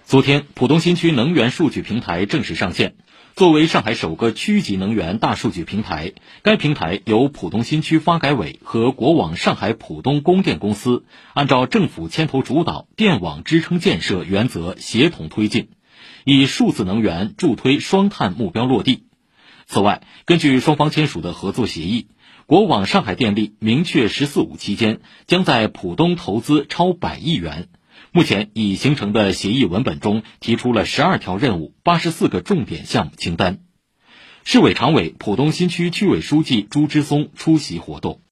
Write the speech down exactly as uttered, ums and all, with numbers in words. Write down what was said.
昨天，浦东新区能源数据平台正式上线。作为上海首个区级能源大数据平台，该平台由浦东新区发改委和国网上海浦东供电公司按照政府牵头主导、电网支撑建设原则协同推进，以数字能源助推双碳目标落地。此外，根据双方签署的合作协议，国网上海电力明确“十四五”期间将在浦东投资超百亿元。目前已形成的协议文本中提出了十二条任务、八十四个重点项目清单。市委常委、浦东新区区委书记朱之松出席活动。